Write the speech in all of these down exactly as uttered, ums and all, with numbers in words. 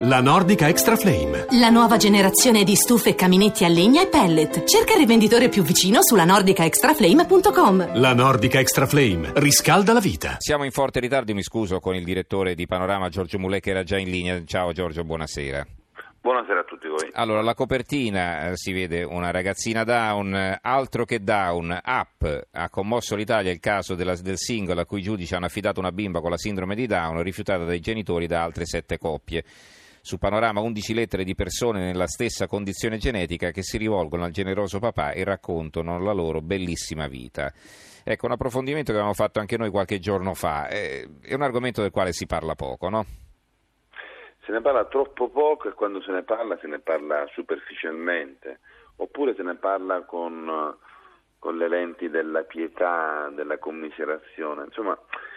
La Nordica Extra Flame. La nuova generazione di stufe e caminetti a legna e pellet. Cerca il rivenditore più vicino sulla nordica extra flame punto com. La Nordica Extra Flame riscalda la vita. Siamo in forte ritardo, mi scuso con il direttore di Panorama Giorgio Mulè che era già in linea. Ciao Giorgio, buonasera. Buonasera a tutti voi. Allora, la copertina eh, si vede una ragazzina down, eh, altro che down, up. Ha commosso l'Italia il caso della, del singolo a cui i giudici hanno affidato una bimba con la sindrome di Down, rifiutata dai genitori da altre sette coppie. Su Panorama undici lettere di persone nella stessa condizione genetica che si rivolgono al generoso papà e raccontano la loro bellissima vita. Ecco, un approfondimento che avevamo fatto anche noi qualche giorno fa. Eh, è un argomento del quale si parla poco, no? Se ne parla troppo poco e quando se ne parla se ne parla superficialmente, oppure se ne parla con, con le lenti della pietà, della commiserazione. Insomma,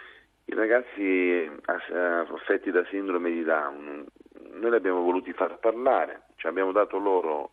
i ragazzi affetti da sindrome di Down, noi li abbiamo voluti far parlare, ci abbiamo dato loro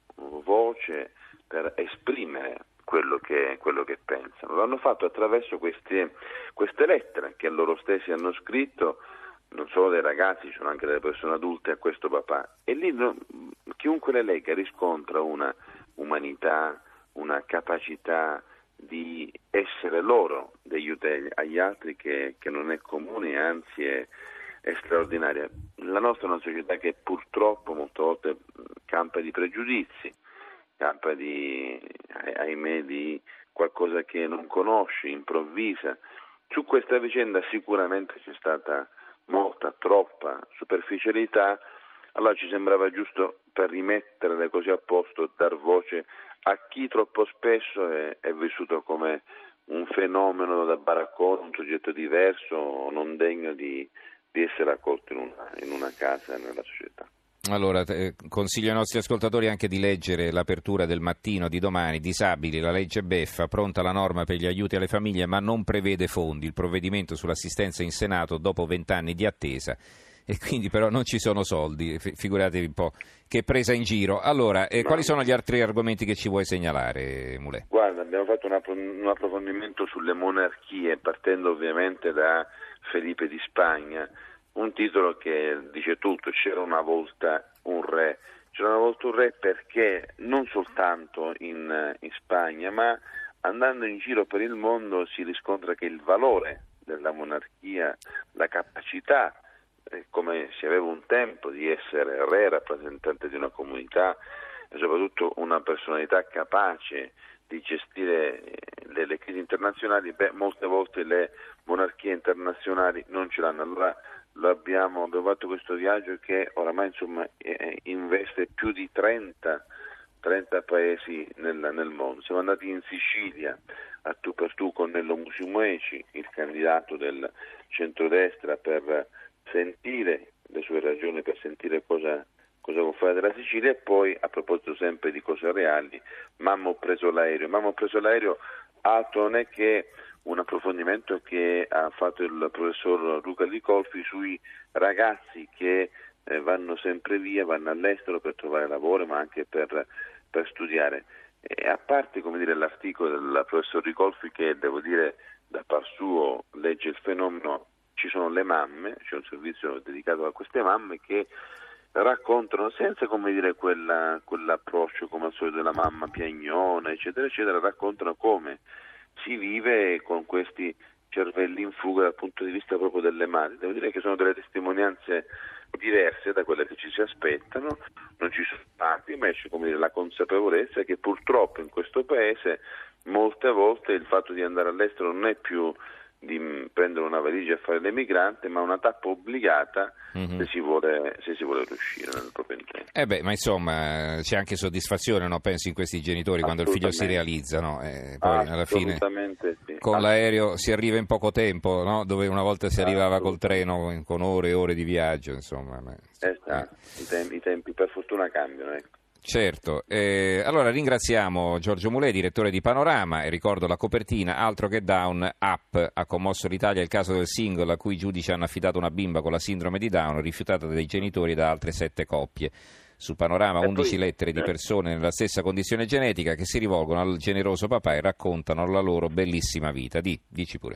voce per esprimere quello che, quello che pensano. L'hanno fatto attraverso queste, queste lettere che loro stessi hanno scritto. Non solo dei ragazzi, ci sono anche delle persone adulte a questo papà, e lì no, chiunque le legga riscontra una umanità, una capacità di essere loro degli utili agli altri che, che non è comune, anzi è, è straordinaria. La nostra è una società che purtroppo molte volte campa di pregiudizi, campa di, ahimè, di qualcosa che non conosce, improvvisa. Su questa vicenda sicuramente c'è stata molta, troppa superficialità. Allora ci sembrava giusto, per rimettere le cose a posto, dar voce a chi troppo spesso è, è vissuto come un fenomeno da baraccone, un soggetto diverso, non degno di, di essere accolto in una, in una casa e nella società. Allora, eh, consiglio ai nostri ascoltatori anche di leggere l'apertura del Mattino di domani. Disabili, la legge beffa, pronta la norma per gli aiuti alle famiglie ma non prevede fondi, il provvedimento sull'assistenza in Senato dopo vent'anni di attesa e quindi però non ci sono soldi, F- figuratevi un po' che presa in giro. Allora, eh, quali sono gli altri argomenti che ci vuoi segnalare, Mulè? Guarda, abbiamo fatto un, app- un approfondimento sulle monarchie, partendo ovviamente da Felipe di Spagna. Un titolo che dice tutto: c'era una volta un re. C'era una volta un re perché non soltanto in, in Spagna, ma andando in giro per il mondo si riscontra che il valore della monarchia, la capacità, eh, come si aveva un tempo, di essere re, rappresentante di una comunità e soprattutto una personalità capace di gestire le, le crisi internazionali, beh, molte volte le monarchie internazionali non ce l'hanno. Allora Lo abbiamo, abbiamo fatto questo viaggio che oramai insomma eh, investe più di trenta, trenta paesi nel, nel mondo. Siamo andati in Sicilia a tu per tu con Nello Musumeci, il candidato del centrodestra, per sentire le sue ragioni, per sentire cosa, cosa vuol fare della Sicilia. E poi, a proposito sempre di cose reali, mamma ho preso l'aereo. Mamma ho preso l'aereo, altro non è che un approfondimento che ha fatto il professor Luca Ricolfi sui ragazzi che eh, vanno sempre via, vanno all'estero per trovare lavoro, ma anche per, per studiare. E a parte, come dire, l'articolo del professor Ricolfi, che devo dire da par suo legge il fenomeno, ci sono le mamme, c'è un servizio dedicato a queste mamme che raccontano senza, come dire, quella, quell'approccio come al solito della mamma piagnona, eccetera, eccetera, raccontano come si vive con questi cervelli in fuga dal punto di vista proprio delle madri. Devo dire che sono delle testimonianze diverse da quelle che ci si aspettano, non ci sono stati, ma c'è, come dire, la consapevolezza che purtroppo in questo paese molte volte il fatto di andare all'estero non è più di prendere una valigia e fare l'emigrante, ma una tappa obbligata mm-hmm. se si vuole se si vuole riuscire nel proprio intento. Eh beh, ma insomma c'è anche soddisfazione, no? Penso in questi genitori quando il figlio si realizza, no? E poi alla fine sì. con l'aereo si arriva in poco tempo, no? Dove una volta si arrivava col treno con ore e ore di viaggio, insomma. Ma, esatto. eh. I, tempi, I tempi per fortuna cambiano, ecco. Certo, eh, allora ringraziamo Giorgio Mulè, direttore di Panorama, e ricordo la copertina, altro che Down, up, ha commosso l'Italia il caso del singolo a cui i giudici hanno affidato una bimba con la sindrome di Down, rifiutata dai genitori da altre sette coppie. Su Panorama undici lettere di persone nella stessa condizione genetica che si rivolgono al generoso papà e raccontano la loro bellissima vita. Di, dici pure.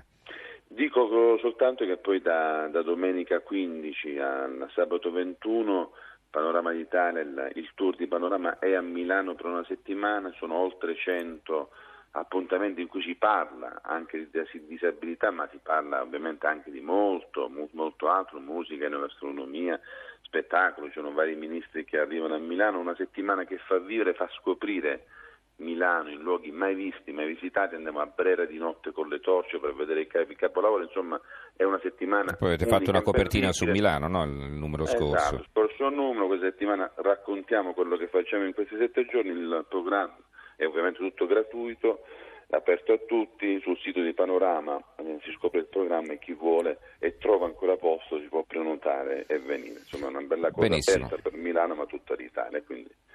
Dico soltanto che poi da, da domenica quindici a sabato ventuno d'Italia, il, il tour di Panorama è a Milano per una settimana, sono oltre cento appuntamenti in cui si parla anche di disabilità, ma si parla ovviamente anche di molto, molto altro, musica, enogastronomia, spettacolo, ci sono vari ministri che arrivano a Milano, una settimana che fa vivere, fa scoprire Milano in luoghi mai visti, mai visitati. Andiamo a Brera di notte con le torce per vedere i capi capolavoro, insomma è una settimana. Poi avete fatto una copertina su Milano, no? Il numero scorso. Esatto, scorso numero, questa settimana raccontiamo quello che facciamo in questi sette giorni, il programma è ovviamente tutto gratuito, aperto a tutti, sul sito di Panorama si scopre il programma e chi vuole e trova ancora posto si può prenotare e venire, insomma è una bella cosa. Benissimo. Aperta per Milano ma tutta l'Italia, quindi